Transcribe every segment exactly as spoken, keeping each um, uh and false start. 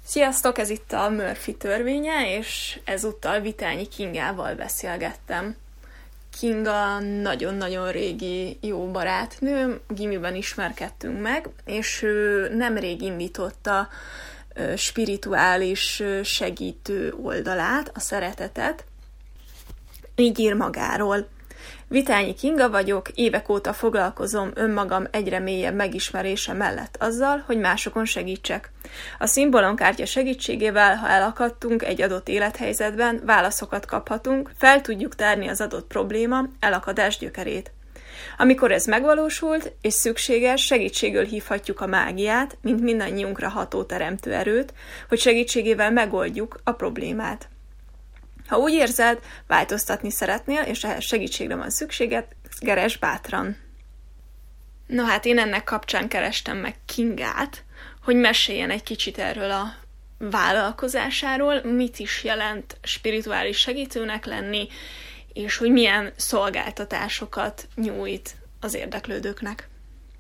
Sziasztok, ez itt a Murphy törvénye, és ezúttal Vitányi Kingával beszélgettem. Kinga nagyon-nagyon régi jó barátnőm, gimiben ismerkedtünk meg, és ő nemrég indította spirituális segítő oldalát, a Szeretetet. Így ír magáról. Vitányi Kinga vagyok, évek óta foglalkozom önmagam egyre mélyebb megismerése mellett azzal, hogy másokon segítsek. A szimbólumkártya segítségével, ha elakadtunk egy adott élethelyzetben, válaszokat kaphatunk, fel tudjuk tárni az adott probléma, elakadás gyökerét. Amikor ez megvalósult, és szükséges, segítségül hívhatjuk a mágiát, mint mindannyiunkra ható teremtő erőt, hogy segítségével megoldjuk a problémát. Ha úgy érzed, változtatni szeretnél, és ehhez segítségre van szükséged, keresd bátran. No hát én ennek kapcsán kerestem meg Kingát, hogy meséljen egy kicsit erről a vállalkozásáról, mit is jelent spirituális segítőnek lenni, és hogy milyen szolgáltatásokat nyújt az érdeklődőknek.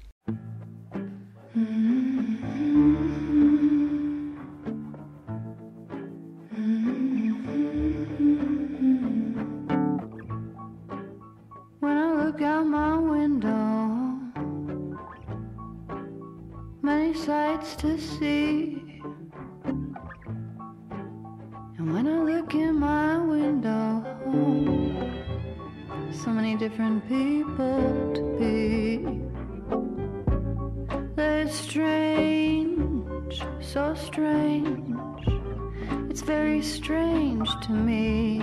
Out my window, many sights to see. And when I look in my window, so many different people to be. They're strange, so strange. It's very strange to me.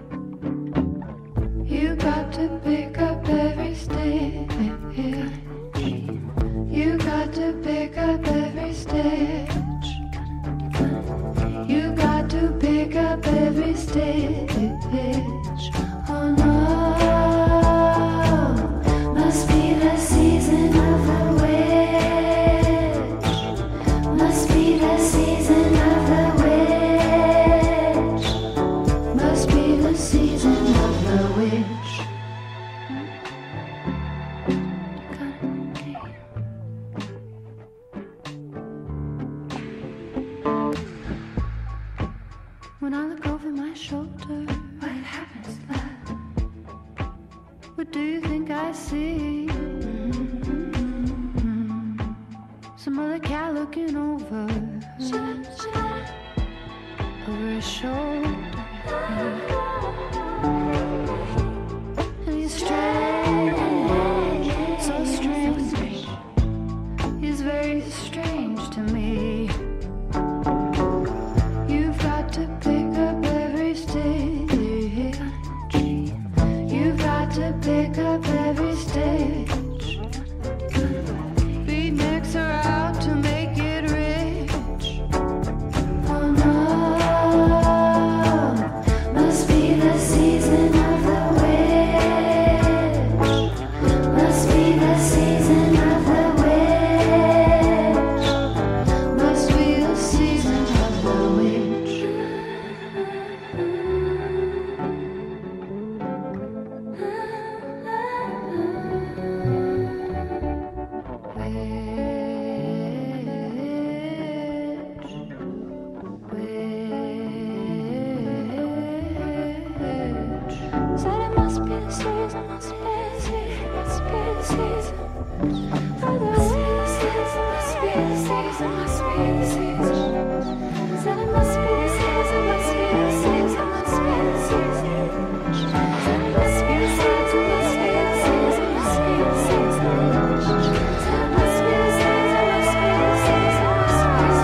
You got to pick up every stitch. You got to pick up every stitch. You got to pick up every stitch. Oh no, must be the season of the witch. Must be the season of the witch. Must be the season of the witch. When I look over my shoulder, what happens, love? What do you think I see? Mm-hmm. Some other cat looking over, over his shoulder. And he's strange, so strange. He's very strange to me. You've got to pick up every stitch. You've got to pick up every stitch. Beatniks are out to make it rich. Oh no, must be the season of the witch. Must be the season of the witch. Must be the season of the witch. Said it must be the season, must be the season, must be the season for the witch. Must be the season, must be the season. Said it must be the season, must be the season, must be the season. Said it must be the season, must be the season, must be the season. Said it must be the season, must be the season, must be the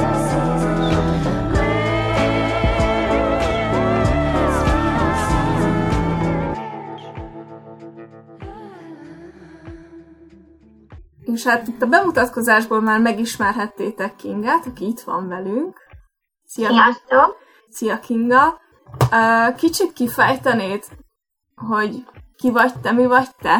És hát itt a bemutatkozásból már megismerhettétek Kingát, aki itt van velünk. Szia! Sziasztok! Szia Kinga! Kicsit kifejtenéd, hogy ki vagy te, mi vagy te?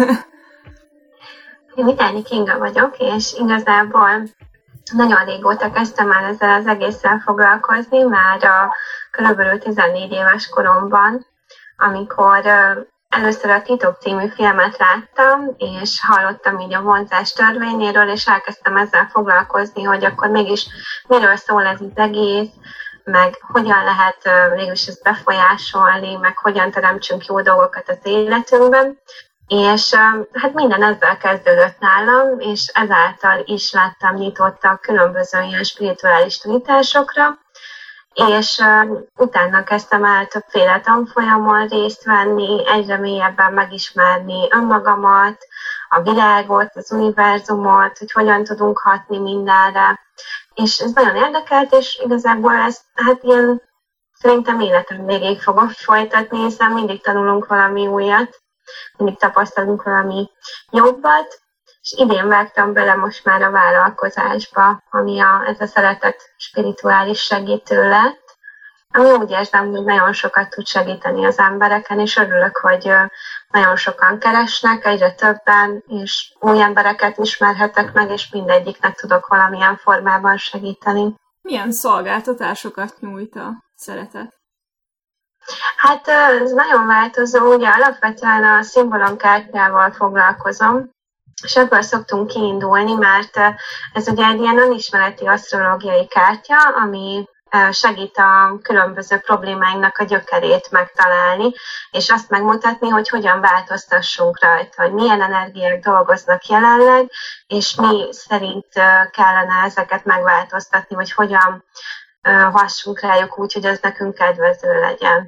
Én Vitányi Kinga vagyok, és igazából nagyon régóta kezdtem el ezzel az egésszel foglalkozni, már a körülbelül tizennégy éves koromban, amikor először a Titok című filmet láttam, és hallottam így a vonzás törvényéről, és elkezdtem ezzel foglalkozni, hogy akkor mégis miről szól ez az egész, meg hogyan lehet mégis ezt befolyásolni, meg hogyan teremtsünk jó dolgokat az életünkben. És hát minden ezzel kezdődött nálam, és ezáltal is lettem nyitotta különböző ilyen spirituális tanításokra, és uh, utána kezdtem el többféle tanfolyamon részt venni, egyre mélyebben megismerni önmagamat, a világot, az univerzumot, hogy hogyan tudunk hatni mindenre. És ez nagyon érdekelt, és igazából ezt hát ilyen szerintem életem végéig fogom folytatni, hiszen mindig tanulunk valami újat, mindig tapasztalunk valami jobbat, és idén vágtam bele most már a vállalkozásba, ami a, ez a szeretet spirituális segítő lett, ami úgy érzem, hogy nagyon sokat tud segíteni az embereken, és örülök, hogy nagyon sokan keresnek, egyre többen, és új embereket ismerhetek meg, és mindegyiknek tudok valamilyen formában segíteni. Milyen szolgáltatásokat nyújt a szeretet? Hát ez nagyon változó, ugye alapvetően a szimbólumkártyával foglalkozom, és ebből szoktunk kiindulni, mert ez ugye egy ilyen önismereti asztrológiai kártya, ami segít a különböző problémáinknak a gyökerét megtalálni, és azt megmutatni, hogy hogyan változtassunk rajta, hogy milyen energiák dolgoznak jelenleg, és mi szerint kellene ezeket megváltoztatni, vagy hogyan hassunk rájuk úgy, hogy az nekünk kedvező legyen.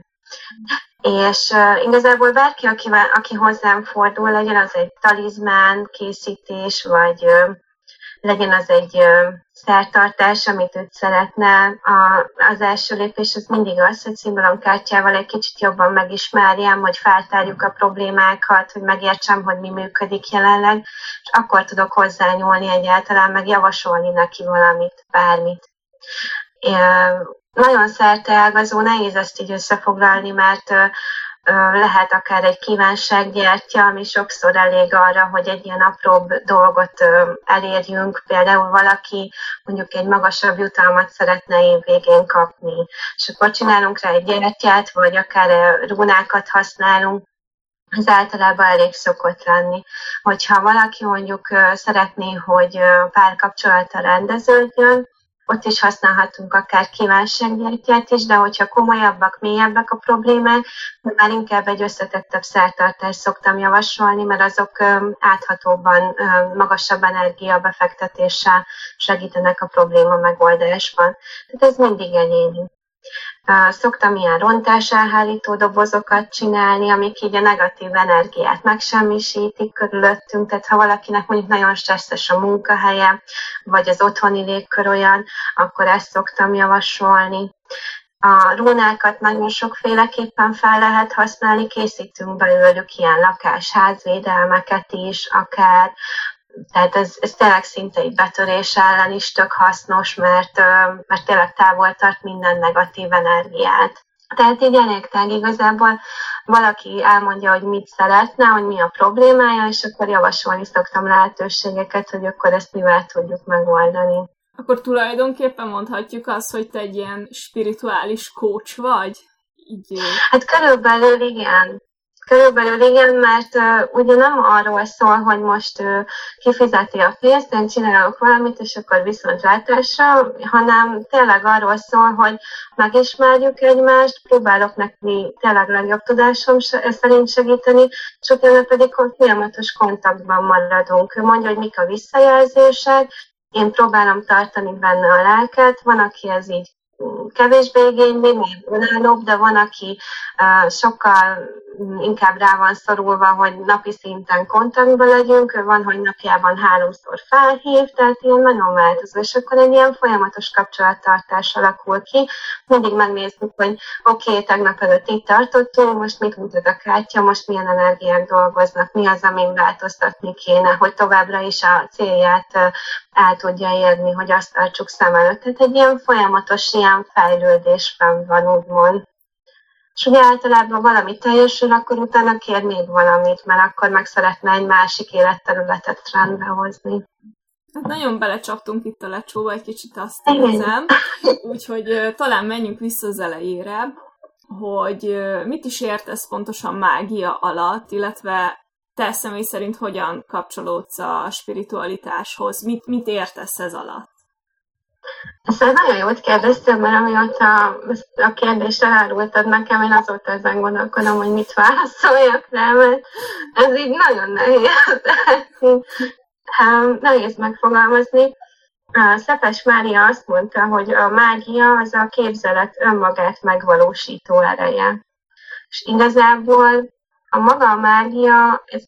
És uh, igazából bárki, aki, aki hozzám fordul, legyen az egy talizmán készítés, vagy uh, legyen az egy uh, szertartás, amit őt szeretne. A, az első lépés az mindig az, hogy szimbólumkártyával egy kicsit jobban megismerjem, hogy feltárjuk a problémákat, hogy megértsem, hogy mi működik jelenleg, és akkor tudok hozzányúlni egyáltalán, meg javasolni neki valamit, bármit. Uh, Nagyon szerteágazó, nehéz ezt így összefoglalni, mert ö, ö, lehet akár egy kívánsággyertya, ami sokszor elég arra, hogy egy ilyen apróbb dolgot ö, elérjünk. Például valaki mondjuk egy magasabb jutalmat szeretne év végén kapni, és akkor csinálunk rá egy gyertyát, vagy akár rúnákat használunk. Ez általában elég szokott lenni. Hogyha valaki mondjuk ö, szeretné, hogy párkapcsolata rendeződjön, ott is használhatunk akár kívánsággyertyát is, de hogyha komolyabbak, mélyebbek a problémák, már inkább egy összetettebb szertartást szoktam javasolni, mert azok áthatóban, magasabb energiabefektetéssel segítenek a probléma megoldásban. Tehát ez mindig egyéni. Szoktam ilyen rontáselhárító dobozokat csinálni, amik így a negatív energiát megsemmisítik körülöttünk, tehát ha valakinek mondjuk nagyon stresszes a munkahelye, vagy az otthoni légkör olyan, akkor ezt szoktam javasolni. A rúnákat nagyon sokféleképpen fel lehet használni, készítünk belőlük ilyen lakásházvédelmeket is, akár. Tehát ez, ez tényleg szinte egy betörés ellen is tök hasznos, mert, mert tényleg távol tart minden negatív energiát. Tehát így elégtág igazából valaki elmondja, hogy mit szeretne, hogy mi a problémája, és akkor javasolni szoktam lehetőségeket, hogy akkor ezt mivel tudjuk megoldani. Akkor tulajdonképpen mondhatjuk azt, hogy te egy ilyen spirituális coach vagy? Így... Hát körülbelül igen. Körülbelül igen, mert uh, ugye nem arról szól, hogy most uh, kifizeti a pénzt, én csinálok valamit, és akkor viszontlátásra, hanem tényleg arról szól, hogy megismerjük egymást, próbálok neki tényleg legjobb tudásom szerint segíteni, és utána pedig folyamatos kontaktban maradunk. Ő mondja, hogy mik a visszajelzések, én próbálom tartani benne a lelket, van, aki ez így kevésbé igényli, még önállóbb, de van, aki uh, sokkal inkább rá van szorulva, hogy napi szinten kontaktban legyünk, van, hogy napjában háromszor felhív, tehát ilyen nagyon változó, és akkor egy ilyen folyamatos kapcsolattartás alakul ki. Mindig megnézzük, hogy oké, okay, tegnap előtt itt tartottunk, most mit mutat a kártya, most milyen energiák dolgoznak, mi az, amin változtatni kéne, hogy továbbra is a célját uh, el tudja érni, hogy azt tartsuk szem előtt. Tehát egy ilyen folyamatos ilyen fejlődésben van, úgymond. És ugye általában valami teljesül, akkor utána kér még valamit, mert akkor meg szeretne egy másik életterületet rendbe hozni. Hát nagyon belecsaptunk itt a lecsóba, egy kicsit azt érzem, úgyhogy uh, talán menjünk vissza az elejére. hogy mit is értesz pontosan mágia alatt, illetve te személy szerint hogyan kapcsolódsz a spiritualitáshoz? Mit, mit értesz ez alatt? Ezt nagyon jót kérdeztem, mert amióta a kérdést elárultad nekem, én azóta ezen gondolkodom, hogy mit válaszoljak rá, mert ez így nagyon nehéz. Nehéz megfogalmazni. Szepes Mária azt mondta, hogy a mágia az a képzelet önmagát megvalósító ereje. És igazából a maga a mágia, ez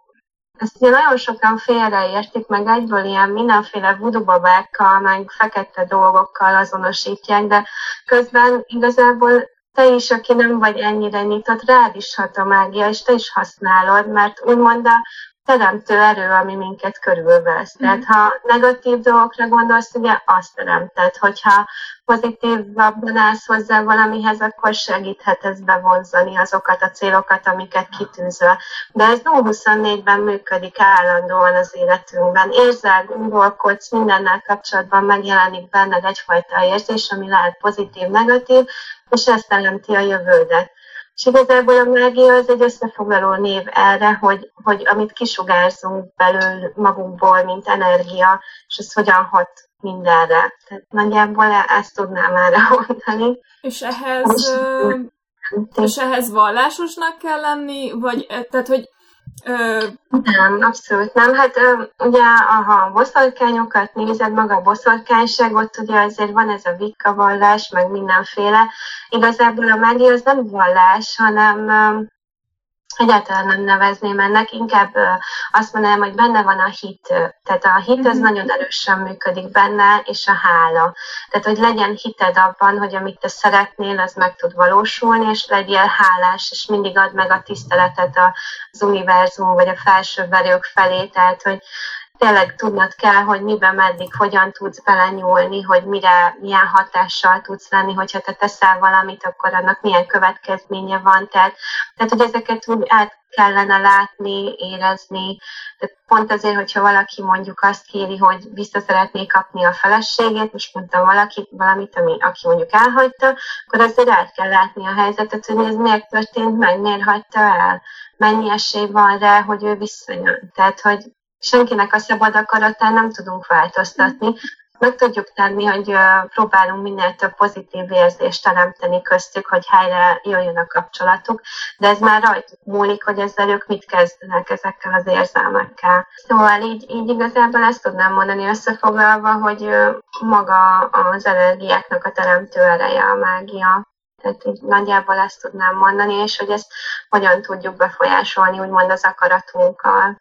Ezt ugye nagyon sokan félreértik, meg egyből ilyen mindenféle vudubabákkal, meg fekete dolgokkal azonosítják, de közben igazából te is, aki nem vagy ennyire nyitott, rád is hat a mágia, és te is használod, mert úgymond a teremtő erő, ami minket körülvesz. Tehát ha negatív dolgokra gondolsz, ugye azt teremted. Hogyha pozitívabban állsz hozzá valamihez, akkor segíthet ez bevonzani azokat a célokat, amiket kitűzöl. De ez nulla huszonnégyben működik állandóan az életünkben. Érzel, gondolkodsz, mindennel kapcsolatban megjelenik benned egyfajta érzés, ami lehet pozitív, negatív, és ez teremti a jövődet. És igazából a mágia az egy összefoglaló név erre, hogy, hogy amit kisugárzunk belül magunkból, mint energia, és ez hogyan hat mindenre. Tehát nagyjából ezt tudnám erre mondani. És ehhez, ö, és ehhez vallásosnak kell lenni? Vagy, tehát, hogy... Ö... Nem, abszolút nem. Hát ö, ugye, ha a boszorkányokat nézed, maga a boszorkányságot, ugye azért van ez a Wicca vallás, meg mindenféle. Igazából a mágia az nem vallás, hanem ö, egyáltalán nem nevezném ennek, inkább ö, azt mondanám, hogy benne van a hit. Tehát a hit az nagyon erősen működik benne, és a hála. Tehát, hogy legyen hited abban, hogy amit te szeretnél, az meg tud valósulni, és legyél hálás, és mindig add meg a tiszteletet az univerzum, vagy a felsőbb erők felé, tehát, hogy tényleg tudnod kell, hogy miben, meddig, hogyan tudsz belenyúlni, hogy mire, milyen hatással tudsz lenni, hogyha te teszel valamit, akkor annak milyen következménye van. Tehát, tehát hogy ezeket úgy át kellene látni, érezni. De pont azért, hogyha valaki mondjuk azt kéri, hogy vissza szeretné kapni a feleségét, most mondtam valaki, valamit, ami, aki mondjuk elhagyta, akkor azért át kell látni a helyzetet, hogy ez miért történt meg, miért hagyta el, mennyi esély van rá, hogy ő visszajön. Tehát, hogy senkinek a szabad akaratán nem tudunk változtatni. Meg tudjuk tenni, hogy próbálunk minél több pozitív érzést teremteni köztük, hogy helyre jöjjön a kapcsolatuk, de ez már rajtuk múlik, hogy ezzel ők mit kezdenek ezekkel az érzelmekkel. Szóval így, így igazából ezt tudnám mondani összefoglalva, hogy maga az energiáknak a teremtő ereje a mágia. Tehát így nagyjából ezt tudnám mondani, és hogy ezt hogyan tudjuk befolyásolni, úgymond az akaratunkkal.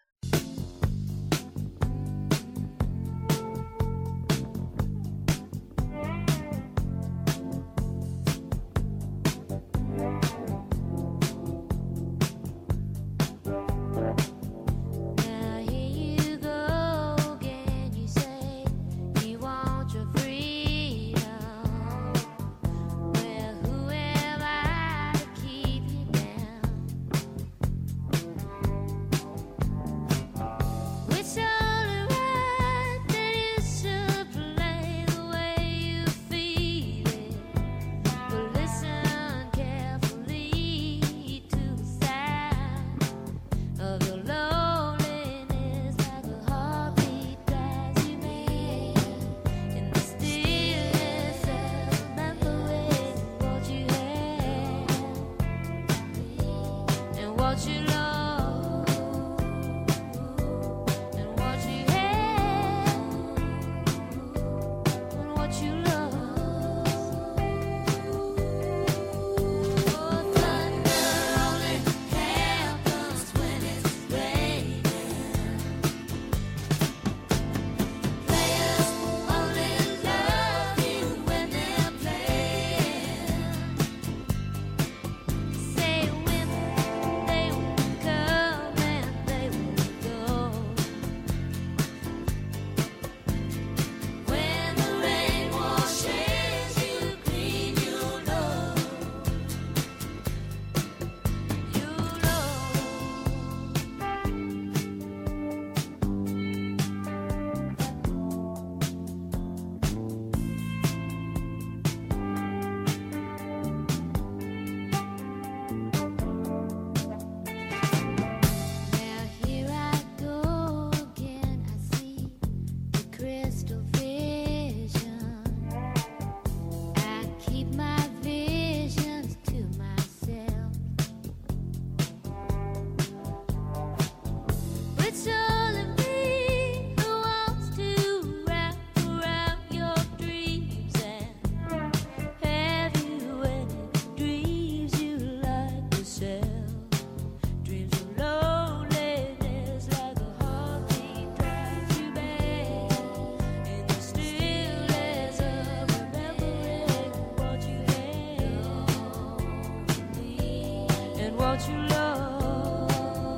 what you love,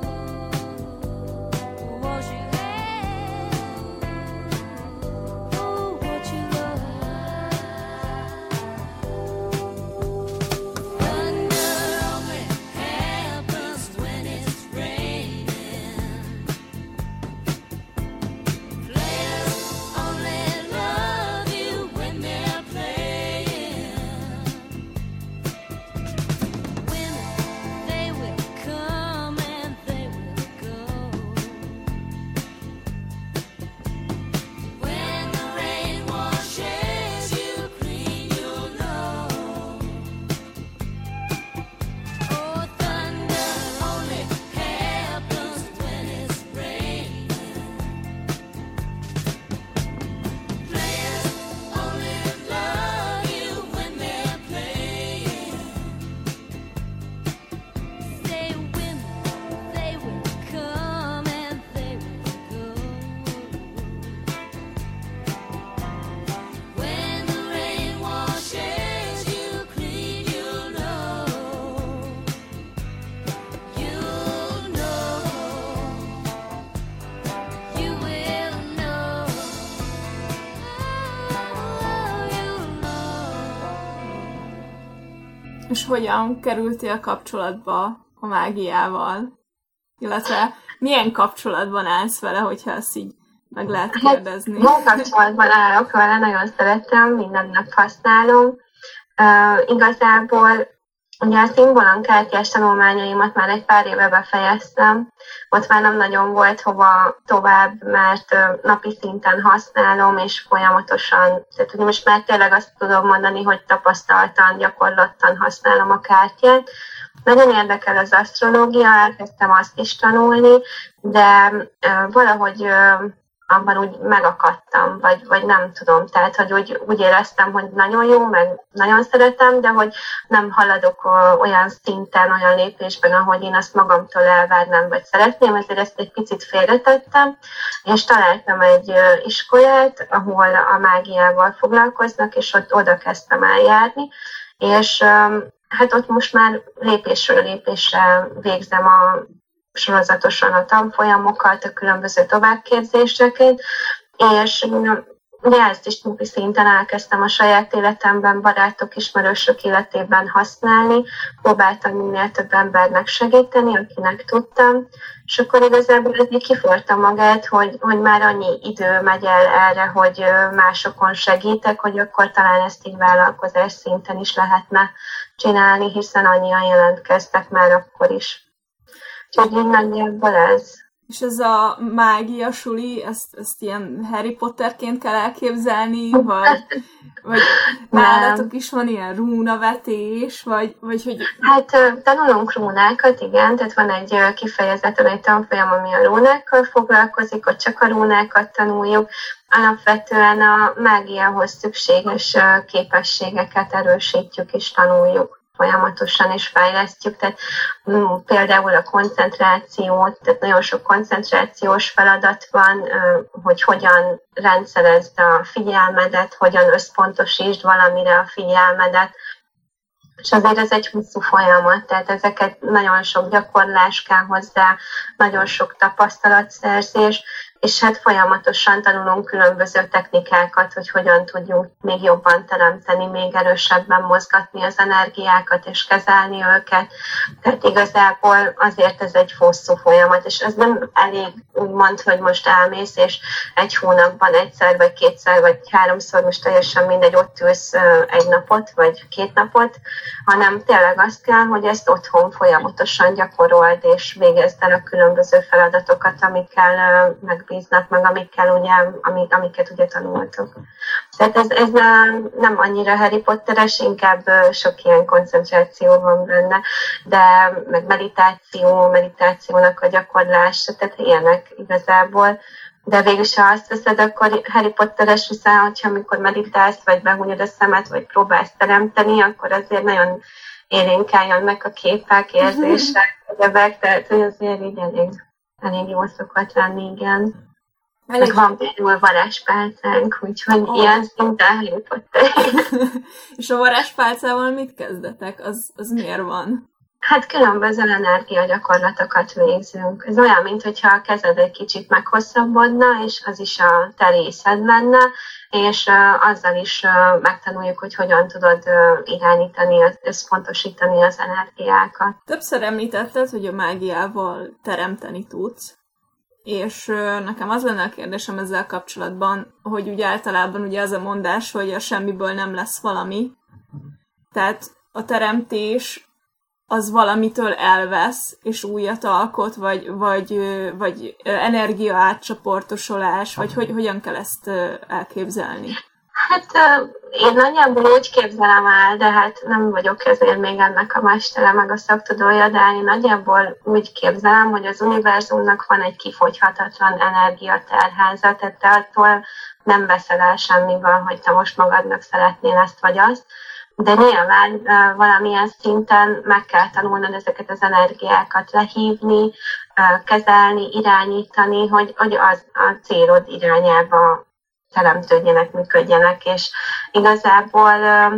what you have, oh, what you love. Thunder only happens when it's raining. Players only love you when they're playing. Women, they will come and they will go. When the rain washes you clean, you'll know. Oh, thunder only happens when it's raining. Players only love you when they're playing. Say women, they will come and they will go. When the rain washes you clean, you'll know. You'll know. You will know. Oh, you'll know. És hogyan kerültél kapcsolatba a mágiával? Illetve milyen kapcsolatban állsz vele, hogyha ezt így meg lehet kérdezni? Jó kapcsolatban állok vele, nagyon szeretem, minden nap használom. Uh, igazából ugye a szimbolonkártyás tanulmányaimat már egy pár éve befejeztem. Ott már nem nagyon volt hova tovább, mert uh, napi szinten használom, és folyamatosan, tehát ugye most már tényleg azt tudom mondani, hogy tapasztaltan, gyakorlottan használom a kártyát. Nagyon érdekel az asztrológia, elkezdtem azt is tanulni, de uh, valahogy uh, abban úgy megakadtam, vagy, vagy nem tudom. Tehát, hogy úgy, úgy éreztem, hogy nagyon jó, meg nagyon szeretem, de hogy nem haladok uh, olyan szinten, olyan lépésben, ahogy én azt magamtól elvárnám, vagy szeretném, ezért ezt egy picit félretettem, és találtam egy uh, iskolát, ahol a mágiával foglalkoznak, és ott oda kezdtem eljárni, és um, hát ott most már lépésről lépésre végzem a sorozatosan a tanfolyamokat, a különböző továbbképzéseket, és ugye ezt is napi szinten elkezdtem a saját életemben, barátok, ismerősök életében használni, próbáltam minél több embernek segíteni, akinek tudtam, és akkor igazából ez így kiforta magát, hogy, hogy már annyi idő megy el erre, hogy másokon segítek, hogy akkor talán ezt így vállalkozás szinten is lehetne csinálni, hiszen annyian jelentkeztek már akkor is. Úgyhogy így nagyjából ez. És ez a mágia suli, ezt, ezt ilyen Harry Potterként kell elképzelni, vagy, vagy nálatok is van ilyen rúnavetés, vagy, vagy hogy... Hát tanulunk rúnákat, igen, tehát van egy kifejezetten egy tanfolyam, ami a rúnákkal foglalkozik, ott csak a rúnákat tanuljuk. Alapvetően a mágiához szükséges képességeket erősítjük és tanuljuk folyamatosan is fejlesztjük, tehát mm, például a koncentrációt, tehát nagyon sok koncentrációs feladat van, hogy hogyan rendszerezd a figyelmedet, hogyan összpontosítsd valamire a figyelmedet, és azért ez egy hosszú folyamat, tehát ezeket nagyon sok gyakorlás kell hozzá, nagyon sok tapasztalatszerzés, és hát folyamatosan tanulunk különböző technikákat, hogy hogyan tudjunk még jobban teremteni, még erősebben mozgatni az energiákat, és kezelni őket. Tehát igazából azért ez egy hosszú folyamat, és ez nem elég úgymond, hogy most elmész, és egy hónapban egyszer, vagy kétszer, vagy háromszor, most teljesen mindegy, ott ülsz egy napot, vagy két napot, hanem tényleg azt kell, hogy ezt otthon folyamatosan gyakorold, és végezd el a különböző feladatokat, amikkel meg bíznak meg, amikkel ugye, amik, amiket ugye tanultok. Tehát ez, ez nem annyira Harry Potteres, inkább sok ilyen koncentráció van benne, de meg meditáció, meditációnak a gyakorlás, tehát ilyenek igazából. De végülis, ha azt veszed, akkor Harry Potteres, hiszen, hogyha amikor meditálsz, vagy behúnyod a szemet, vagy próbálsz teremteni, akkor azért nagyon élénken jönnek a képek, érzések, egyebek, tehát hogy azért így elég, elég jól szokott lenni, igen. Meg van például varázspálcánk, úgyhogy oh. ilyen szinten Harry Potter. És a varázspálcával mit kezdetek? Az, az miért van? Hát különböző energiagyakorlatokat végzünk. Ez olyan, mintha a kezed egy kicsit meghosszabbodna, és az is a te részed lenne, és uh, azzal is uh, megtanuljuk, hogy hogyan tudod uh, irányítani, összpontosítani az energiákat. Többször említetted, hogy a mágiával teremteni tudsz, és uh, nekem az lenne a kérdésem ezzel kapcsolatban, hogy ugye általában ugye az a mondás, hogy a semmiből nem lesz valami, tehát a teremtés az valamitől elvesz, és újat alkot, vagy, vagy, vagy energia átcsoportosolás, vagy hogy, hogyan kell ezt elképzelni? Hát én nagyjából úgy képzelem el, de hát nem vagyok ezért még ennek a mestere, meg a szaktudója, de én nagyjából úgy képzelem, hogy az univerzumnak van egy kifogyhatatlan energiaterházat, tehát te attól nem veszel el semmiből, hogy te most magadnak szeretnél ezt vagy azt, de nyilván uh, valamilyen szinten meg kell tanulnod ezeket az energiákat lehívni, uh, kezelni, irányítani, hogy, hogy az a célod irányába teremtődjenek, működjenek, és igazából uh,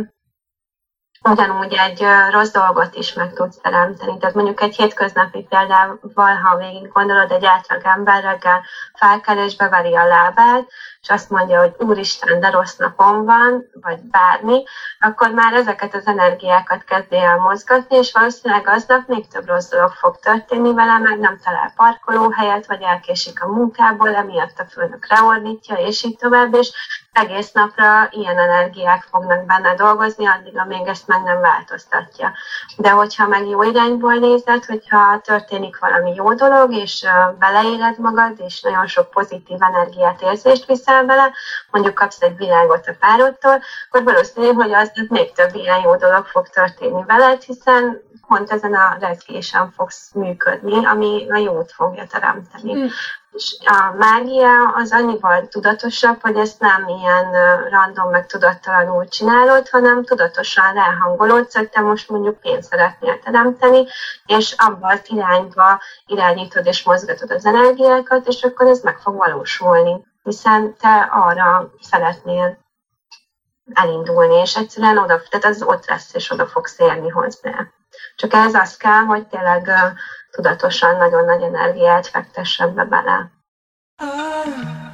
ugyanúgy egy uh, rossz dolgot is meg tudsz teremteni. Tehát mondjuk egy hétköznapi példával, ha végig gondolod, egy átlag ember reggel felkel és beveri a lábát, és azt mondja, hogy úristen, de rossz napom van, vagy bármi, akkor már ezeket az energiákat kezdi el mozgatni, és valószínűleg aznap még több rossz dolog fog történni vele, meg nem talál parkolóhelyet, vagy elkésik a munkából, emiatt a főnök reordítja, és így tovább, és egész napra ilyen energiák fognak benne dolgozni, addig, amíg ezt meg nem változtatja. De hogyha meg jó irányból nézed, hogyha történik valami jó dolog, és beleéled magad, és nagyon sok pozitív energiát, érzést viszel vele, mondjuk kapsz egy világot a párodtól, akkor valószínű, hogy az még több ilyen jó dolog fog történni veled, hiszen pont ezen a rezgésen fogsz működni, ami a jót fogja teremteni. Mm. És a mágia az annyival tudatosabb, hogy ezt nem ilyen random, meg tudattalanul csinálod, hanem tudatosan ráhangolódsz, hogy te most mondjuk pénzt szeretnél teremteni, és abba az irányba irányítod és mozgatod az energiákat, és akkor ez meg fog valósulni, hiszen te arra szeretnél elindulni, és egyszerűen oda, tehát az ott lesz, és oda fogsz érni hozzá. Csak ez az kell, hogy tényleg uh, tudatosan nagyon nagy energiát fektessen be bele. I,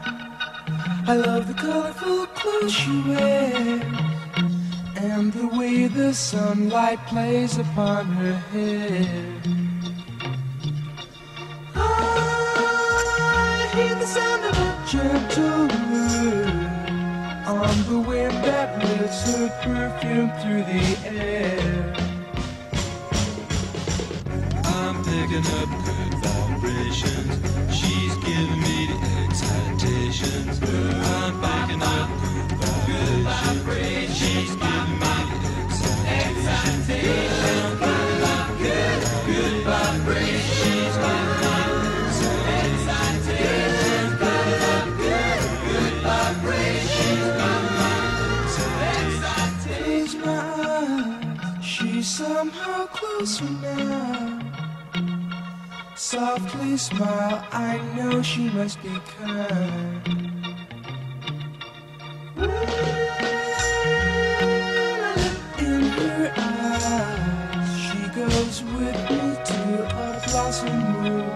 I love the colorful clothes you wear and the way the sunlight plays upon her hair. I hear the sound of a gentle word on the wind that lifts her perfume through the air. I'm picking up good vibrations. She's giving me the excitations. I'm picking up good vibrations. She's giving me the excitations. I'm picking up good, good vibrations. She's giving me the excitations. Picking up good, good vibrations. Close my eyes. She's somehow closer now. Softly smile, I know she must be kind. In her eyes, she goes with me to a blossom room.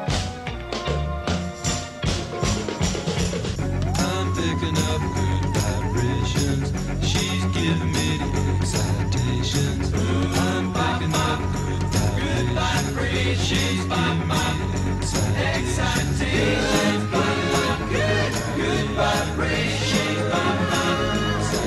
I'm picking up good vibrations. She's giving me the excitations. I'm picking up good vibrations. She's giving me excitations, good, good vibrations.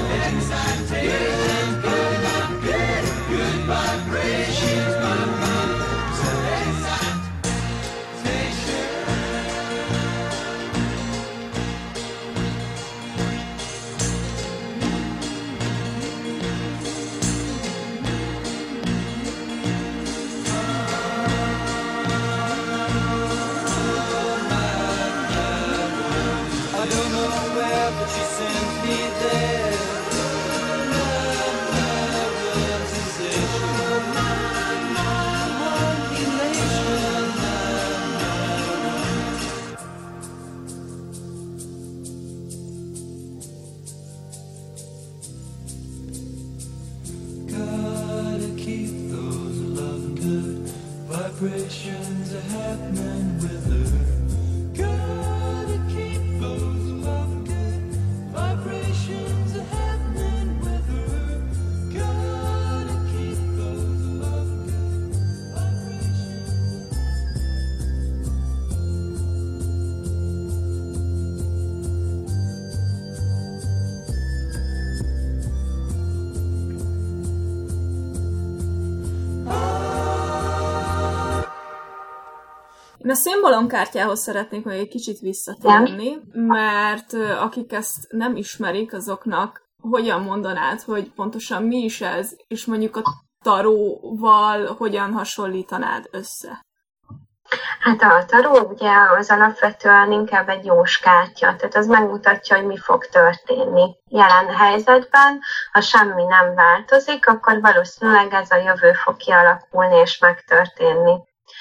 Vibrations are happening with her. Gotta keep those love good. Vibrations are happening with her. Gotta keep those love good. Én a szimbólumkártyához szeretnék még egy kicsit visszatérni, mert akik ezt nem ismerik, azoknak hogyan mondanád, hogy pontosan mi is ez, és mondjuk a taróval hogyan hasonlítanád össze? Hát a taró ugye az alapvetően inkább egy jóskártya, tehát az megmutatja, hogy mi fog történni jelen helyzetben. Ha semmi nem változik, akkor valószínűleg ez a jövő fog kialakulni és megtörténni.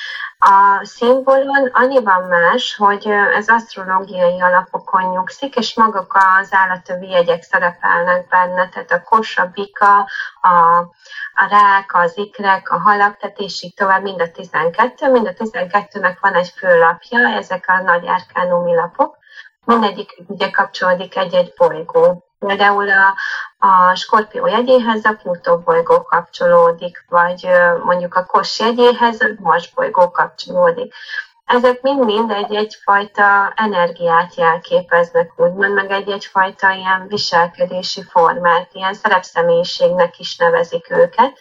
A szimbólon annyiban más, hogy ez asztrológiai alapokon nyugszik, és maguk az állatövi jegyek szerepelnek benne, tehát a kos, a bika, a, a rák, az ikrek, a halak, tehát és így tovább mind a tizenkettő. Mind a tizenkettőnek van egy főlapja, ezek a nagy árkánumi lapok. Mindegyik ugye kapcsolódik egy-egy bolygó. Például a, a Skorpió jegyéhez a Plutó bolygó kapcsolódik, vagy mondjuk a Kos jegyéhez a Mars bolygó kapcsolódik. Ezek mind-mind egy-egyfajta energiát jelképeznek, úgymond, meg egy-egyfajta ilyen viselkedési formát, ilyen szerepszemélyiségnek is nevezik őket.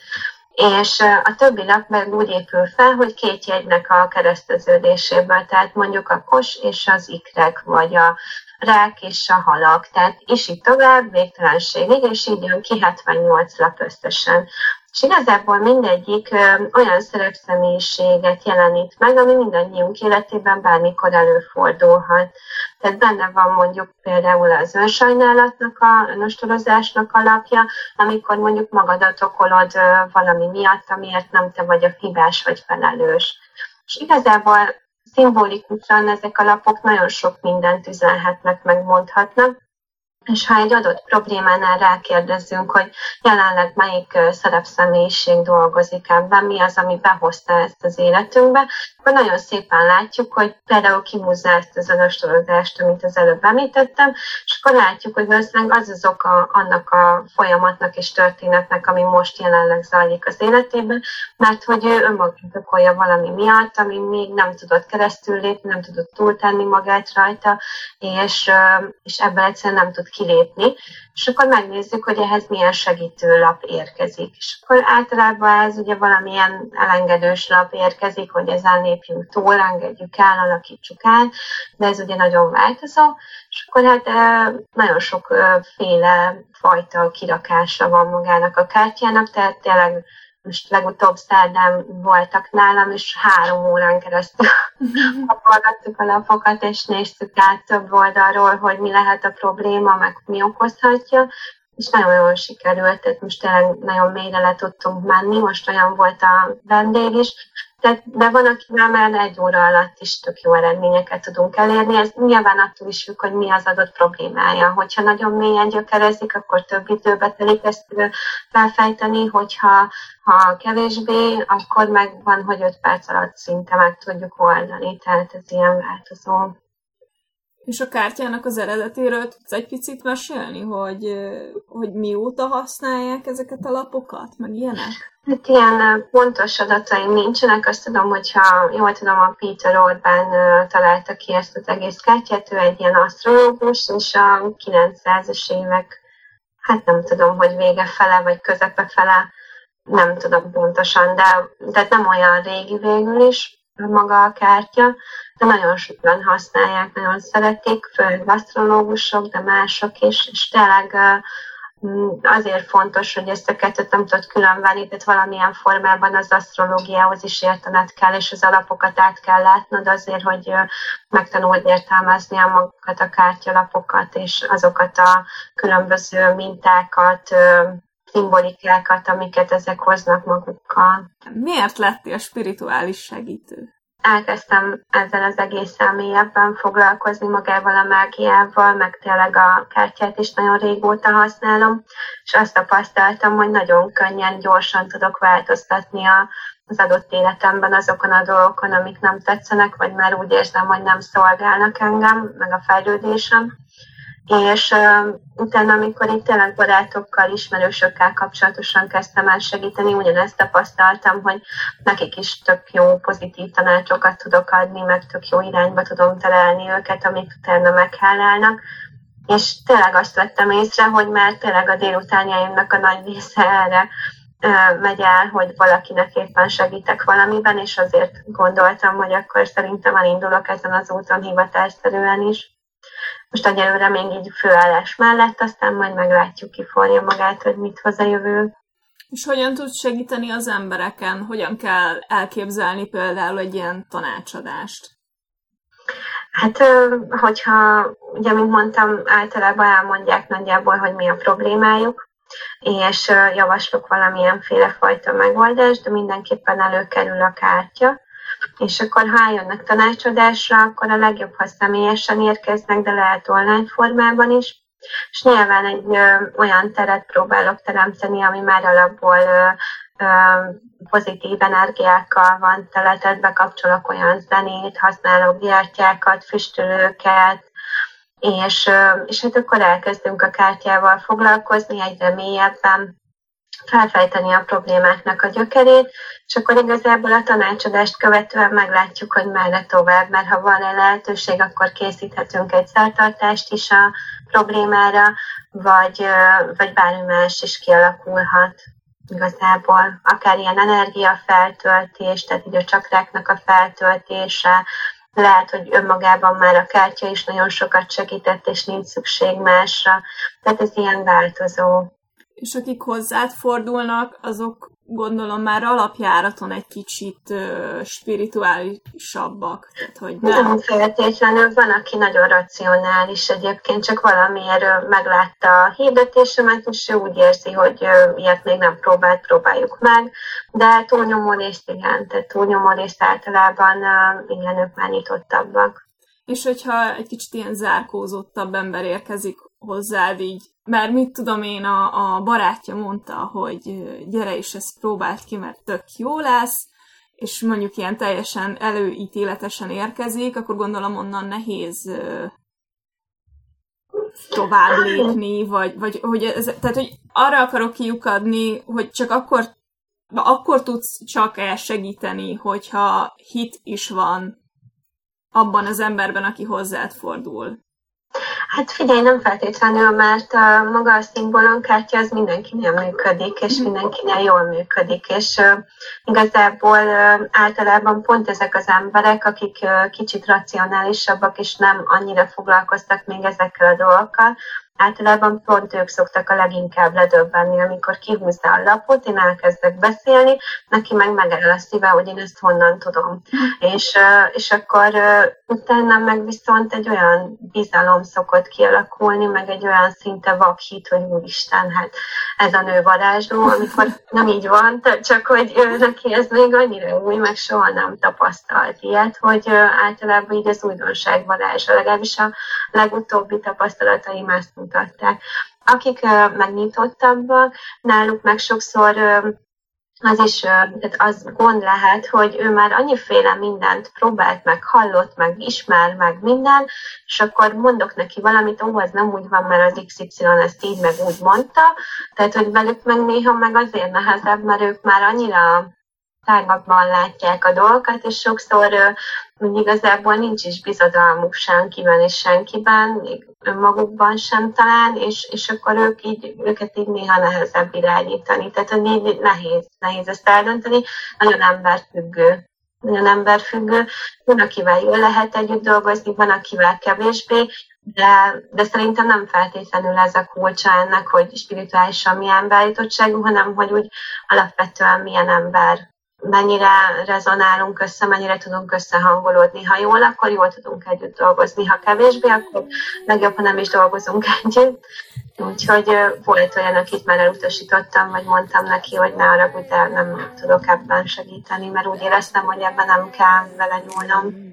És a többi lap meg úgy épül fel, hogy két jegynek a kereszteződéséből, tehát mondjuk a kos és az ikrek, vagy a rák és a halak, tehát és így tovább végtelenségig, és így jön ki hetvennyolc lap összesen. És igazából mindegyik ö, olyan szerepszemélyiséget jelenít meg, ami mindannyiunk életében bármikor előfordulhat. Tehát benne van mondjuk például az önsajnálatnak, a önostorozásnak alapja, amikor mondjuk magadat okolod ö, valami miatt, amiért nem te vagy a hibás vagy felelős. És igazából szimbolikusan ezek a lapok nagyon sok mindent üzenhetnek, megmondhatnak. És ha egy adott problémánál rákérdezzünk, hogy jelenleg melyik szerepszemélyiség dolgozik ebben, mi az, ami behozta ezt az életünkbe, akkor nagyon szépen látjuk, hogy például kihúzza ezt az önostorozzást, amit az előbb említettem, és akkor látjuk, hogy valószínűleg az az oka annak a folyamatnak és történetnek, ami most jelenleg zajlik az életében, mert hogy ő önmagát okolja valami miatt, ami még nem tudott keresztül lépni, nem tudott túltenni magát rajta, és, és ebből egyszerűen nem tud kilépni, és akkor megnézzük, hogy ehhez milyen segítő lap érkezik. És akkor általában ez ugye valamilyen elengedős lap érkezik, hogy ezen lépjünk túl, engedjük el, alakítsuk el, de ez ugye nagyon változó, és akkor hát nagyon sokféle fajta kirakása van magának a kártyának, tehát tényleg most legutóbb szerdán voltak nálam, és három órán keresztül hallgattuk a lapokat, és néztük át több oldalról, hogy mi lehet a probléma, meg mi okozhatja, és nagyon jól sikerült, tehát most tényleg nagyon mélyre le tudtunk menni, most olyan volt a vendég is, de, de van, akivel már egy óra alatt is tök jó eredményeket tudunk elérni. Ez nyilván attól is függ, hogy mi az adott problémája. Hogyha nagyon mélyen gyökerezik, akkor több időbe telik ezt felfejteni, hogyha ha kevésbé, akkor meg van, hogy öt perc alatt szinte meg tudjuk oldani. Tehát ez ilyen változó. És a kártyának az eredetéről tudsz egy picit mesélni, hogy, hogy mióta használják ezeket a lapokat, meg ilyenek? Hát ilyen pontos adataim nincsenek, azt tudom, hogyha jól tudom, a Peter Orban találta ki ezt az egész kártyát, ő egy ilyen asztrológus, és a kilencszázas évek, hát nem tudom, hogy vége fele, vagy közepe fele, nem tudom pontosan, de tehát nem olyan régi végül is maga a kártya, de nagyon sokan használják, nagyon szeretik, főleg asztrológusok, de mások is, és tényleg azért fontos, hogy ezt a kettőt nem tudod különvenni, tehát valamilyen formában az asztrológiához is értened kell, és az alapokat át kell látnod azért, hogy megtanuld értelmezni a magukat, a kártyalapokat, és azokat a különböző mintákat, szimbolikákat, amiket ezek hoznak magukkal. Miért lettél spirituális segítő? elkezdtem ezzel az egészen mélyebben foglalkozni, magával a mágiával, meg tényleg a kártyát is nagyon régóta használom, és azt tapasztaltam, hogy nagyon könnyen, gyorsan tudok változtatni a, az adott életemben azokon a dolgokon, amik nem tetszenek, vagy már úgy érzem, hogy nem szolgálnak engem, meg a fejlődésem. És uh, utána, amikor itt tényleg barátokkal, ismerősökkel kapcsolatosan kezdtem el segíteni, ugyanezt tapasztaltam, hogy nekik is tök jó, pozitív tanácsokat tudok adni, meg tök jó irányba tudom terelni őket, amik utána meghálálnak. És tényleg azt vettem észre, hogy már tényleg a délutánjaimnak a nagy része erre uh, megy el, hogy valakinek éppen segítek valamiben, és azért gondoltam, hogy akkor szerintem elindulok ezen az úton hivatásszerűen is. Most egyelőre még így főállás mellett, aztán majd meglátjuk, ki forja magát, hogy mit hoz a jövő. És hogyan tudsz segíteni az embereken? Hogyan kell elképzelni például egy ilyen tanácsadást? Hát, hogyha, ugye, mint mondtam, általában elmondják nagyjából, hogy mi a problémájuk, és javaslok valamilyenféle fajta megoldást, de mindenképpen előkerül a kártya. És akkor, ha eljönnek tanácsadásra, akkor a legjobb, ha személyesen érkeznek, de lehet online formában is. És nyilván egy ö, olyan teret próbálok teremteni, ami már alapból ö, ö, pozitív energiákkal van teletett, bekapcsolok olyan zenét, használok gyertyákat, füstölőket, és, ö, és hát akkor elkezdünk a kártyával foglalkozni egyre mélyebben, felfejteni a problémáknak a gyökerét, és akkor igazából a tanácsadást követően meglátjuk, hogy merre tovább, mert ha van egy lehetőség, akkor készíthetünk egy szertartást is a problémára, vagy, vagy bármi más is kialakulhat igazából. Akár ilyen energiafeltöltés, tehát így a csakráknak a feltöltése, lehet, hogy önmagában már a kártya is nagyon sokat segített, és nincs szükség másra. Tehát ez ilyen változó. És akik hozzád fordulnak, azok gondolom már alapjáraton egy kicsit uh, spirituálisabbak. Tehát, hogy nem. Nem feltétlenül, van, aki nagyon racionális egyébként, csak valamiért meglátta a hirdetésemet, és ő úgy érzi, hogy uh, ilyet még nem próbált, próbáljuk meg, de túlnyomó részt igen, tehát túlnyomó részt általában uh, igen, ők már nyitottabbak. És hogyha egy kicsit ilyen zárkózottabb ember érkezik hozzád így, mert mit tudom én, a, a barátja mondta, hogy gyere és ezt próbáld ki, mert tök jó lesz, és mondjuk ilyen teljesen előítéletesen érkezik, akkor gondolom onnan nehéz uh, tovább lépni, vagy, vagy hogy ez, tehát, hogy arra akarok kiukadni, hogy csak akkor, akkor tudsz csak elsegíteni, hogyha hit is van abban az emberben, aki hozzád fordul. Hát figyelj, nem feltétlenül, mert a maga a szimbolonkártya az mindenkinél működik, és mindenkinél jól működik, és uh, igazából uh, általában pont ezek az emberek, akik uh, kicsit racionálisabbak, és nem annyira foglalkoztak még ezekkel a dolgokkal, általában pont ők szoktak a leginkább ledöbbenni, amikor kihúzza a lapot, én elkezdek beszélni, neki meg megáll a szíve, hogy én ezt honnan tudom. És, és akkor utána meg viszont egy olyan bizalom szokott kialakulni, meg egy olyan szinte vakhit, hogy úristen, hát ez a nő varázsló, amikor nem így van, csak hogy neki ez még annyira új, meg soha nem tapasztalt ilyet, hogy általában így az újdonság varázsa, legalábbis a legutóbbi tapasztalataim ezt mutatták. Akik uh, megnyitottabbak, náluk meg sokszor uh, az is, uh, tehát az gond lehet, hogy ő már annyiféle mindent próbált meg, hallott meg, ismer meg minden, és akkor mondok neki valamit, ó, az nem úgy van, mert az iksz ipszilon ezt így meg úgy mondta, tehát hogy velük meg néha meg azért nehezebb, mert ők már annyira tágakban látják a dolgokat, és sokszor uh, igazából nincs is bizodalmuk senkiben és senkiben, még önmagukban sem talán, és, és akkor ők így, őket így néha nehezebb irányítani. Tehát, hogy így nehéz, nehéz ezt eldönteni. Nagyon emberfüggő. Nagyon emberfüggő. Van, akivel jól lehet együtt dolgozni, van, akivel kevésbé, de, de szerintem nem feltétlenül ez a kulcsa ennek, hogy spirituálisan milyen beállítottságú, hanem hogy úgy alapvetően milyen ember, mennyire rezonálunk össze, mennyire tudunk összehangolódni. Ha jól, akkor jól tudunk együtt dolgozni. Ha kevésbé, akkor legjobb, ha nem is dolgozunk együtt. Úgyhogy volt olyan, akit már elutasítottam, vagy mondtam neki, hogy ne haragudj, de nem tudok ebben segíteni, mert úgy éreztem, hogy ebben nem kell vele nyúlnom.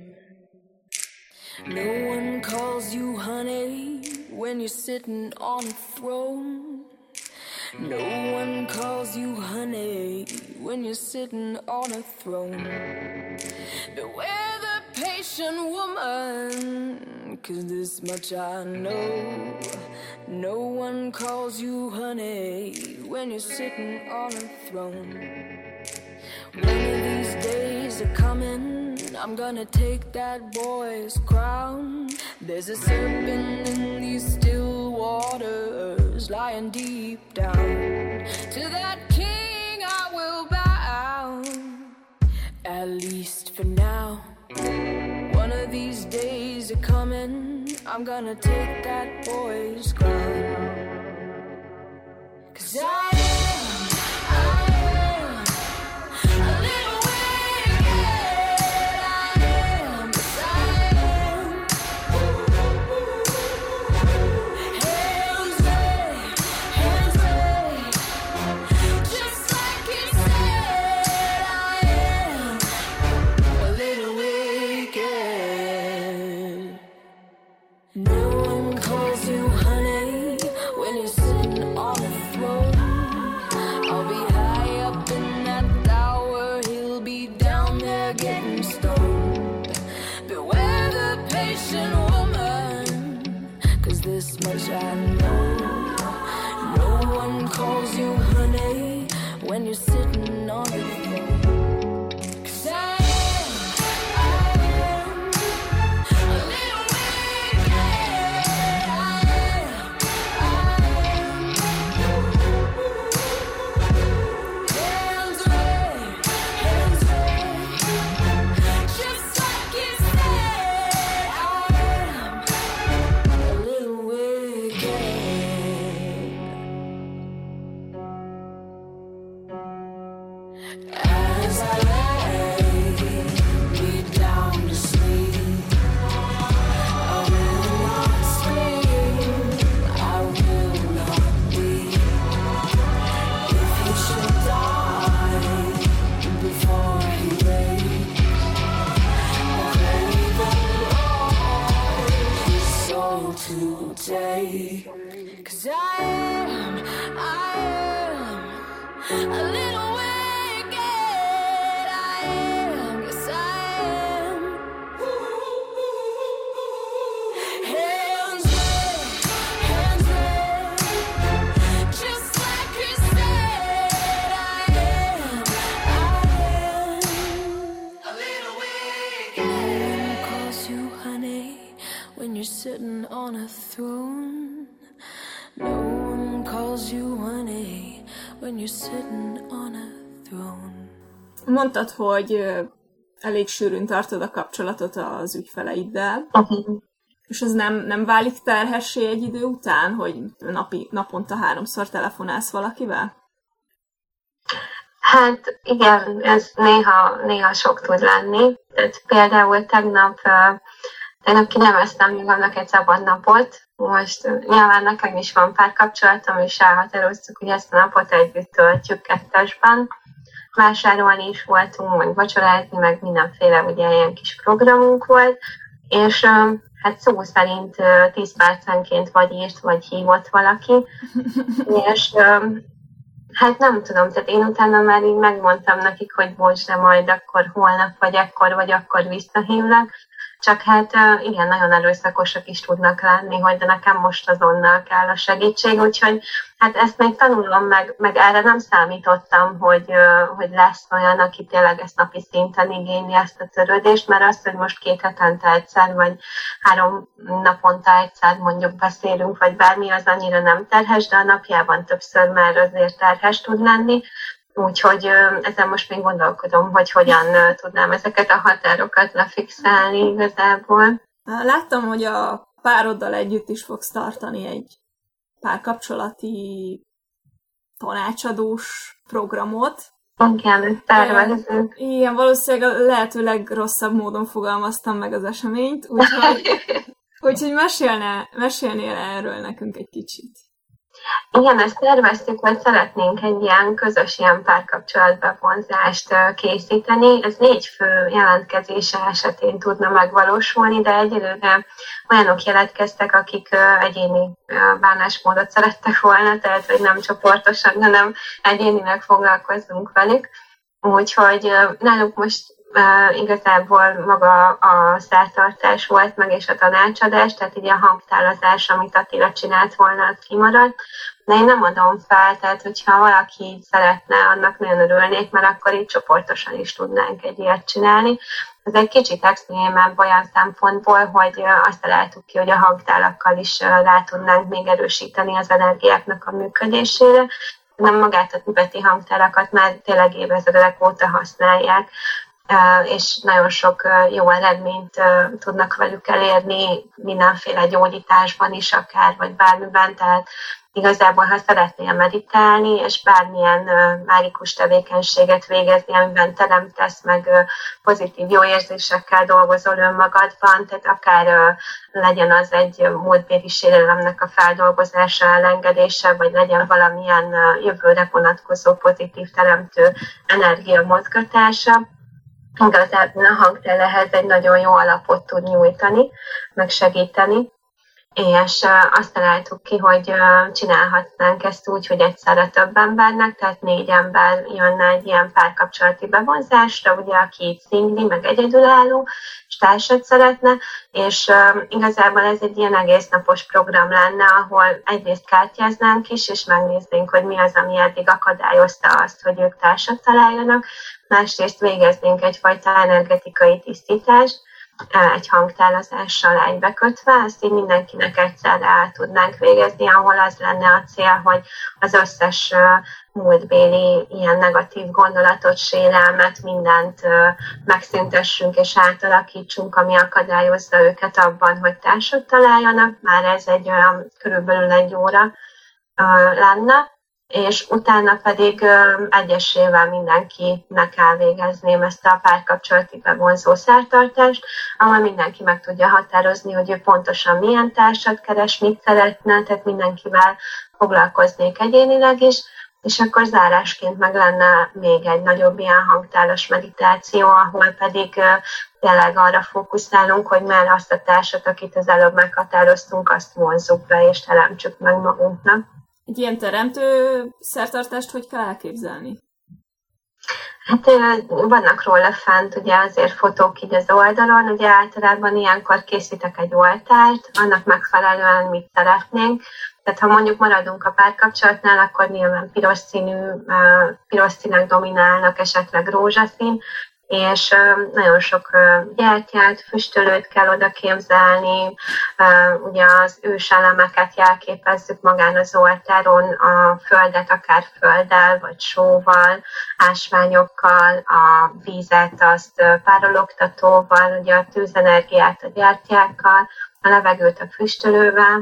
No one calls you honey when you're sitting on a throne. No one calls you honey when you're sitting on a throne. Beware the patient woman, 'cause this much I know. No one calls you honey when you're sitting on a throne. One of these days are coming, I'm gonna take that boy's crown. There's a serpent in these still waters, lying deep down. To that king I will bow, at least for now. One of these days are coming, I'm gonna take that boy's crown. 'Cause I am, I am a little wicked. I am, yes I am. Hands raised, hands raised, just like he said. I am a little wicked. No one calls you honey when you're sitting on a throne. I'll be high up in that tower, he'll be down there getting stoned. Beware the patient woman, 'cause this much I know. No one calls you honey when you're sitting on a throne. 'Cause I am, I am a little wicked. I am, I am. Hands raised, hands raised, just like you said. I am a little wicked. As I lay me down to sleep, I will not scream, I will not weep. If he should die before he wakes, I pray the Lord his soul to take. 'Cause I am, I am a little wicked. I am, yes I am. Hands raised, hands raised, just like he said. I am, I am a little wicked. No one calls you honey when you're sitting on a throne. No one calls you honey when you're sitting on a throne. Mondtad, hogy ö, elég sűrűn tartod a kapcsolatot az ügyfeleiddel, és ez nem, nem válik terhessé egy idő után, hogy napi, naponta háromszor telefonálsz valakivel? Hát igen, ez néha, néha sok tud lenni. Tehát például tegnap, uh, tegnap kineveztem magamnak egy szabad napot. Most uh, nyilván nekem is van párkapcsolatom, és elhatároztuk, hogy ezt a napot együtt töltjük kettesben. Vásárolni is voltunk, meg vacsorázni, meg mindenféle ugye ilyen kis programunk volt, és uh, hát szó szerint uh, tíz percenként vagy írt, vagy hívott valaki, és uh, hát nem tudom, tehát én utána már így megmondtam nekik, hogy bocs, de majd akkor holnap, vagy ekkor, vagy akkor visszahívnak. Csak hát igen, nagyon erőszakosak is tudnak lenni, hogy de nekem most azonnal kell a segítség, úgyhogy hát ezt még tanulom, meg, meg erre nem számítottam, hogy, hogy lesz olyan, aki tényleg ezt napi szinten igényli ezt a törődést, mert azt, hogy most két hetente egyszer, vagy három naponta egyszer mondjuk beszélünk, vagy bármi, az annyira nem terhes, de a napjában többször már azért terhes tud lenni. Úgyhogy ezen most még gondolkodom, hogy hogyan tudnám ezeket a határokat lefixálni igazából. Láttam, hogy a pároddal együtt is fogsz tartani egy párkapcsolati tanácsadós programot. Igen, tervezünk. Igen, valószínűleg a lehető legrosszabb módon fogalmaztam meg az eseményt, úgyhogy, úgyhogy mesélne, mesélnél erről nekünk egy kicsit. Igen, ezt terveztük, hogy szeretnénk egy ilyen közös ilyen párkapcsolatbevonzást készíteni. Ez négy fő jelentkezése esetén tudna megvalósulni, de egyelőre olyanok jelentkeztek, akik egyéni bánásmódot szerettek volna, tehát hogy nem csoportosan, hanem egyénileg foglalkozzunk velük. Úgyhogy náluk most Uh, igazából maga a szertartás volt meg, és a tanácsadás, tehát így a hangtálazás, amit Attila csinált volna, az kimaradt. De én nem adom fel, tehát hogyha valaki szeretne, annak nagyon örülnék, mert akkor így csoportosan is tudnánk egy ilyet csinálni. Ez egy kicsit extrémebb olyan szempontból, hogy azt találtuk ki, hogy a hangtálakkal is rá tudnánk még erősíteni az energiáknak a működésére. Nem magát a tibeti hangtálakat már tényleg évezredek óta használják, és nagyon sok jó eredményt tudnak velük elérni mindenféle gyógyításban is akár, vagy bármiben, tehát igazából, ha szeretnél meditálni, és bármilyen mágikus tevékenységet végezni, amiben teremtesz, meg pozitív jó érzésekkel dolgozol önmagadban, tehát akár legyen az egy múltbéli sérelemnek a feldolgozása, elengedése, vagy legyen valamilyen jövőre vonatkozó pozitív teremtő energia mozgatása, igazából a hangtelehez egy nagyon jó alapot tud nyújtani, meg segíteni, és azt találtuk ki, hogy csinálhatnánk ezt úgy, hogy egyszerre több embernek, tehát négy ember jönne egy ilyen párkapcsolati bevonzásra, ugye, aki így szingli, meg egyedülálló, és társat szeretne, és igazából ez egy ilyen egész napos program lenne, ahol egyrészt kártyáznánk is, és megnéznénk, hogy mi az, ami eddig akadályozta azt, hogy ők társat találjanak, másrészt végeznénk egyfajta energetikai tisztítást, egy hangtálazással egybekötve, ezt így mindenkinek egyszerre el tudnánk végezni, ahol az lenne a cél, hogy az összes múltbéli ilyen negatív gondolatot, sérelmet, mindent megszüntessünk és átalakítsunk, ami akadályozza őket abban, hogy társat találjanak. Már ez egy olyan körülbelül egy óra lenne, és utána pedig egyesével mindenkinek elvégezném ezt a párkapcsolati bevonzó szertartást, ahol mindenki meg tudja határozni, hogy ő pontosan milyen társat keres, mit szeretne, tehát mindenkivel foglalkoznék egyénileg is, és akkor zárásként meg lenne még egy nagyobb ilyen hangtálas meditáció, ahol pedig tényleg arra fókuszálunk, hogy már azt a társat, akit az előbb meghatároztunk, azt vonzzuk be és teremtsük meg magunknak. Egy ilyen teremtő szertartást hogy kell elképzelni? Hát vannak róla fent ugye azért fotók így az oldalon, ugye általában ilyenkor készítek egy oltárt, annak megfelelően mit szeretnénk. Tehát ha mondjuk maradunk a párkapcsolatnál, akkor nyilván piros színű, piros színek dominálnak, esetleg rózsaszín, és nagyon sok gyertyát, füstölőt kell oda képzelni, ugye az őselemeket jelképezzük magán az oltáron, a földet akár földdel, vagy sóval, ásványokkal, a vízet azt párologtatóval, ugye a tűzenergiát a gyertyákkal, a levegőt a füstölővel,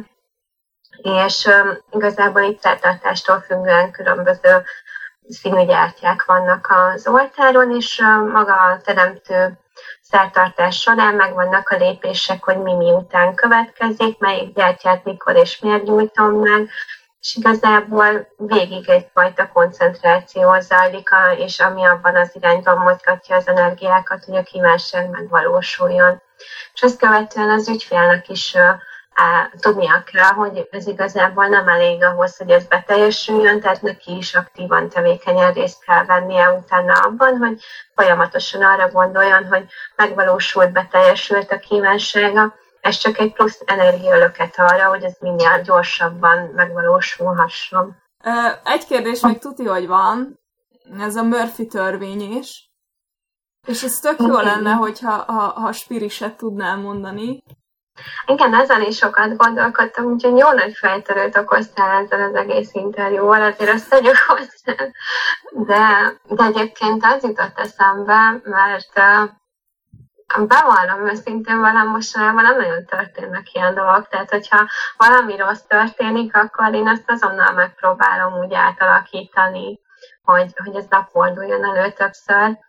és igazából itt szertartástól függően különböző színű gyertyák vannak az oltáron, és maga a teremtő szertartás során megvannak a lépések, hogy mi miután következik, melyik gyertyát mikor és miért gyújtom meg, és igazából végig egyfajta koncentráció zajlik, és ami abban az irányban mozgatja az energiákat, hogy a kívánság megvalósuljon. És ezt követően az ügyfélnek is Á, tudnia kell, hogy ez igazából nem elég ahhoz, hogy ez beteljesüljön, tehát neki is aktívan, tevékenyen részt kell vennie utána abban, hogy folyamatosan arra gondoljon, hogy megvalósult, beteljesült a kívánsága. Ez csak egy plusz energialöket arra, hogy ez minél gyorsabban megvalósulhasson. Egy kérdés még tuti, hogy van, ez a Murphy törvény is, és ez tök jó lenne, hogyha ha, ha spiriset tudnál mondani. Igen, ezen is sokat gondolkodtam, úgyhogy jó nagy fejtörőt okoztál ezzel az egész interjúval, azért azt tegyük hozzá. De, de egyébként az jutott eszembe, mert uh, bevallom őszintén velem mostanában nem nagyon történnek ilyen dolgok, tehát hogyha valami rossz történik, akkor én azt azonnal megpróbálom úgy átalakítani, hogy, hogy ez ne forduljon elő többször.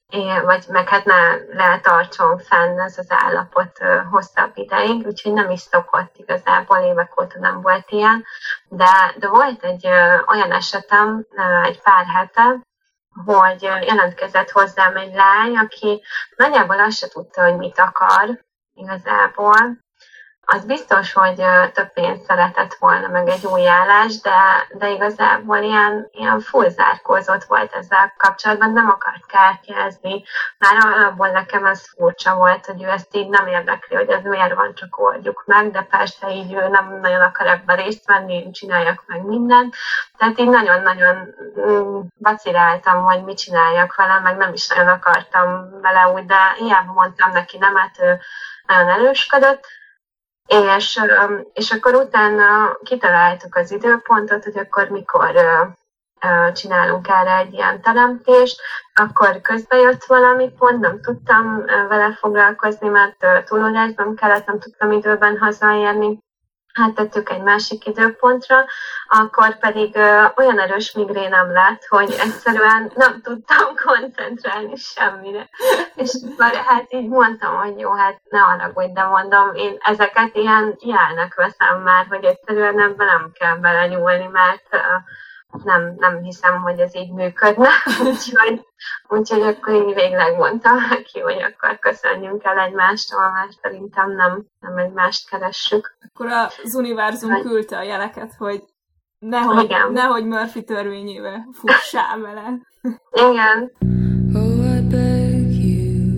é, vagy meg hát ne letartson fenn ez az állapot ö, hosszabb ideig, úgyhogy nem is szokott igazából, évek óta nem volt ilyen, de, de volt egy ö, olyan esetem ö, egy pár hete, hogy ö, jelentkezett hozzám egy lány, aki nagyjából azt se tudta, hogy mit akar igazából. Az biztos, hogy több pénzt szeretett volna, meg egy új állás, de, de igazából ilyen, ilyen full zárkózott volt ezzel kapcsolatban, nem akart kártyázni. Már alapból nekem ez furcsa volt, hogy ő ezt így nem érdekli, hogy ez miért van, csak oldjuk meg, de persze így ő nem nagyon akar ebben részt venni, csináljak meg mindent. Tehát így nagyon-nagyon vaciláltam, hogy mit csináljak vele, meg nem is nagyon akartam vele úgy, de hiába mondtam neki nem, hát ő nagyon erősködött. És, és akkor utána kitaláltuk az időpontot, hogy akkor mikor csinálunk erre egy ilyen teremtést, akkor közben jött valami pont, nem tudtam vele foglalkozni, mert túlórásban kellett, nem tudtam időben hazaérni. Hát tettük egy másik időpontra, akkor pedig ö, olyan erős migrénem lett, hogy egyszerűen nem tudtam koncentrálni semmire. És akkor hát így mondtam, hogy jó, hát ne haragudj, de mondom, én ezeket ilyen jelnek veszem már, hogy egyszerűen ebben nem kell belenyúlni, mert ö, nem, nem hiszem, hogy ez így működne. úgyhogy, úgyhogy akkor így végleg mondtam neki, hogy akkor köszönjünk el egymástól, mert szerintem nem, nem egymást keressük. Akkor az univerzum küldte a jeleket, hogy nehogy, nehogy Murphy törvényével fussál vele. Igen. Oh, I beg you,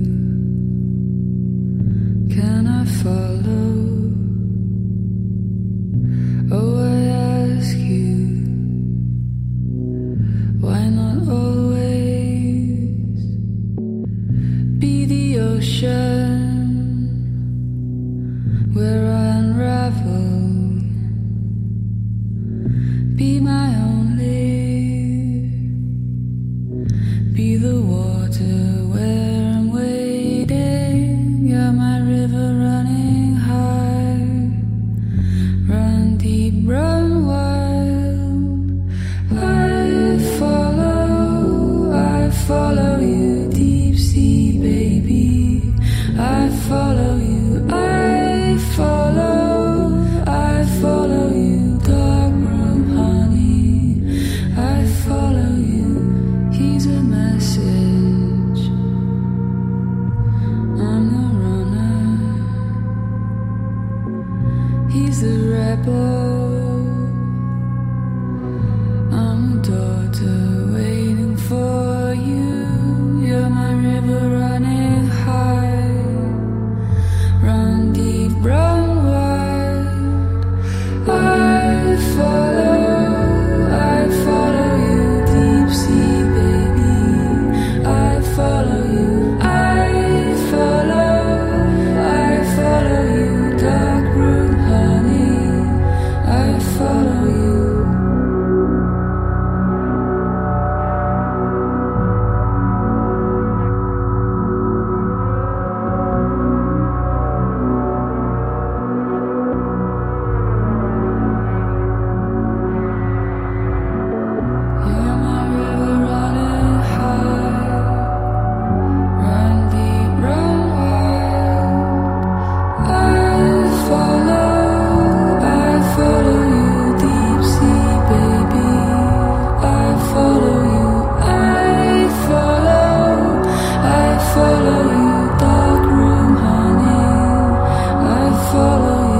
can I follow? Oh, I ask you, why not always be the ocean where I unravel? Be my only, be the water where I'm waiting. You're my river running high, run deep, run wild. I follow, I follow you, deep sea baby. I follow you, I follow, I follow you, dark room honey. I follow you, he's a message, I'm the runner, he's the rebel, I'm a daughter waiting for you. You're my river running high, run deep, run wide. I follow, I follow you, deep sea baby. I follow you, I follow, I follow you, dark room honey. I follow you. You're my river running high, run deep, run wide. I follow, I follow you, deep sea baby. I follow you, I follow, I follow you, dark room honey. I follow you.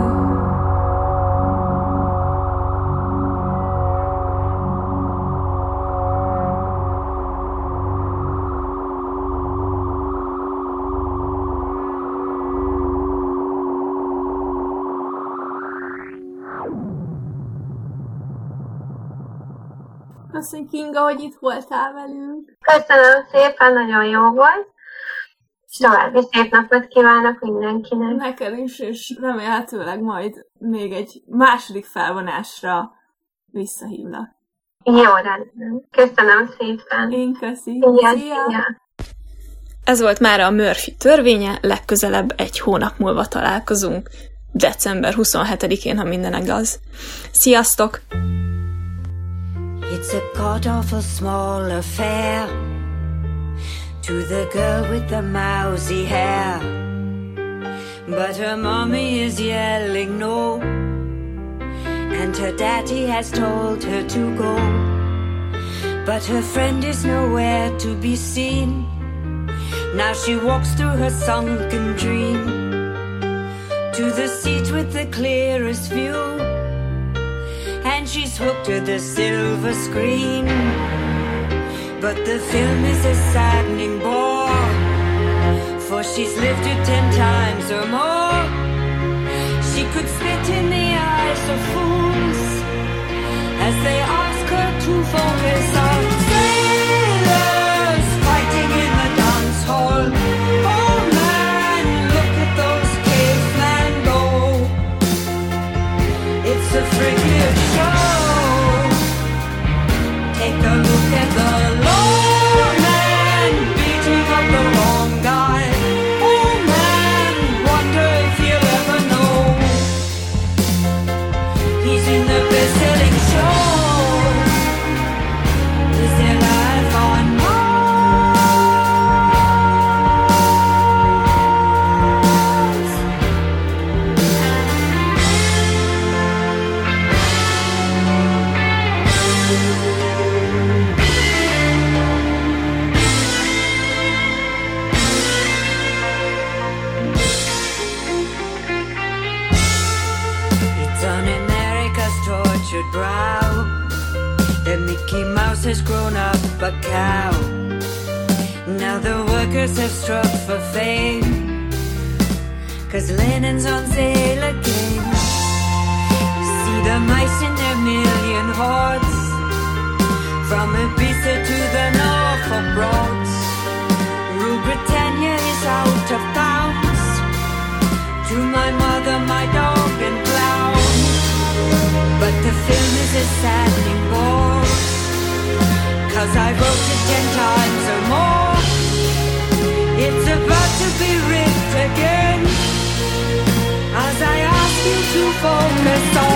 Köszönjük, Kinga, hogy itt voltál velünk. Köszönöm szépen, nagyon jó volt. További szép napot kívánok mindenkinek. Neked is, és remélhetőleg majd még egy második felvonásra visszahívlak. Jó, rendben. Köszönöm szépen. Én köszi. Szia, Szia! szia. Ez volt már a Murphy törvénye, legközelebb egy hónap múlva találkozunk. december huszonhetedikén, ha minden igaz. Sziasztok! It's a god-awful small affair to the girl with the mousy hair. But her mommy is yelling no, and her daddy has told her to go. But her friend is nowhere to be seen. Now she walks through her sunken dream to the seat with the clearest view, and she's hooked to the silver screen. But the film is a saddening bore, for she's lived it ten times or more. She could spit in the eyes of fools as they ask her to focus on sailors fighting in the dance hall. Oh man, look at those cavemen go. It's a frigid show. Take a look at the lawman beating up the wrong guy. Oh man, wonder if you'll ever know. He's in the best-selling show. Is there life on Mars? It's on America's tortured brow that Mickey Mouse has grown up a cow. Now the workers have struck for fame, 'cause Lennon's on sale again. See the mice in their million hordes, from Ibiza to the Norfolk Broads. Rule Britannia is out of bounds, to my mother, my dog and clown. But the film is a saddening bore, 'cause I wrote it ten times or more. It's about to be ripped again, as I ask you to focus on